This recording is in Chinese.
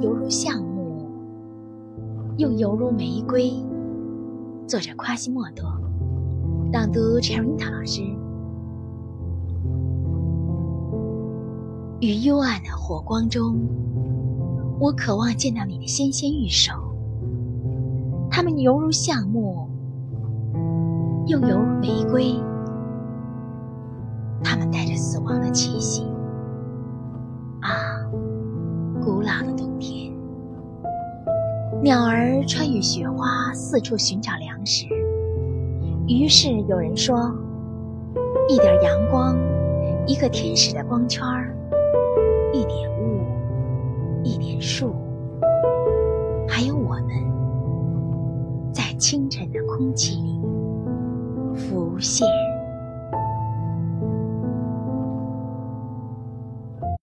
犹如橡木，又犹如玫瑰。作者夸西莫多，朗读 Cherita 老师。于幽暗的火光中，我渴望见到你的纤纤玉手，它们犹如橡木，又犹如玫瑰，它们带着死亡的气息。古老的冬天，鸟儿穿越雪花，四处寻找粮食。于是有人说，一点阳光，一个天使的光圈，一点雾，一点树，还有我们，在清晨的空气里浮现。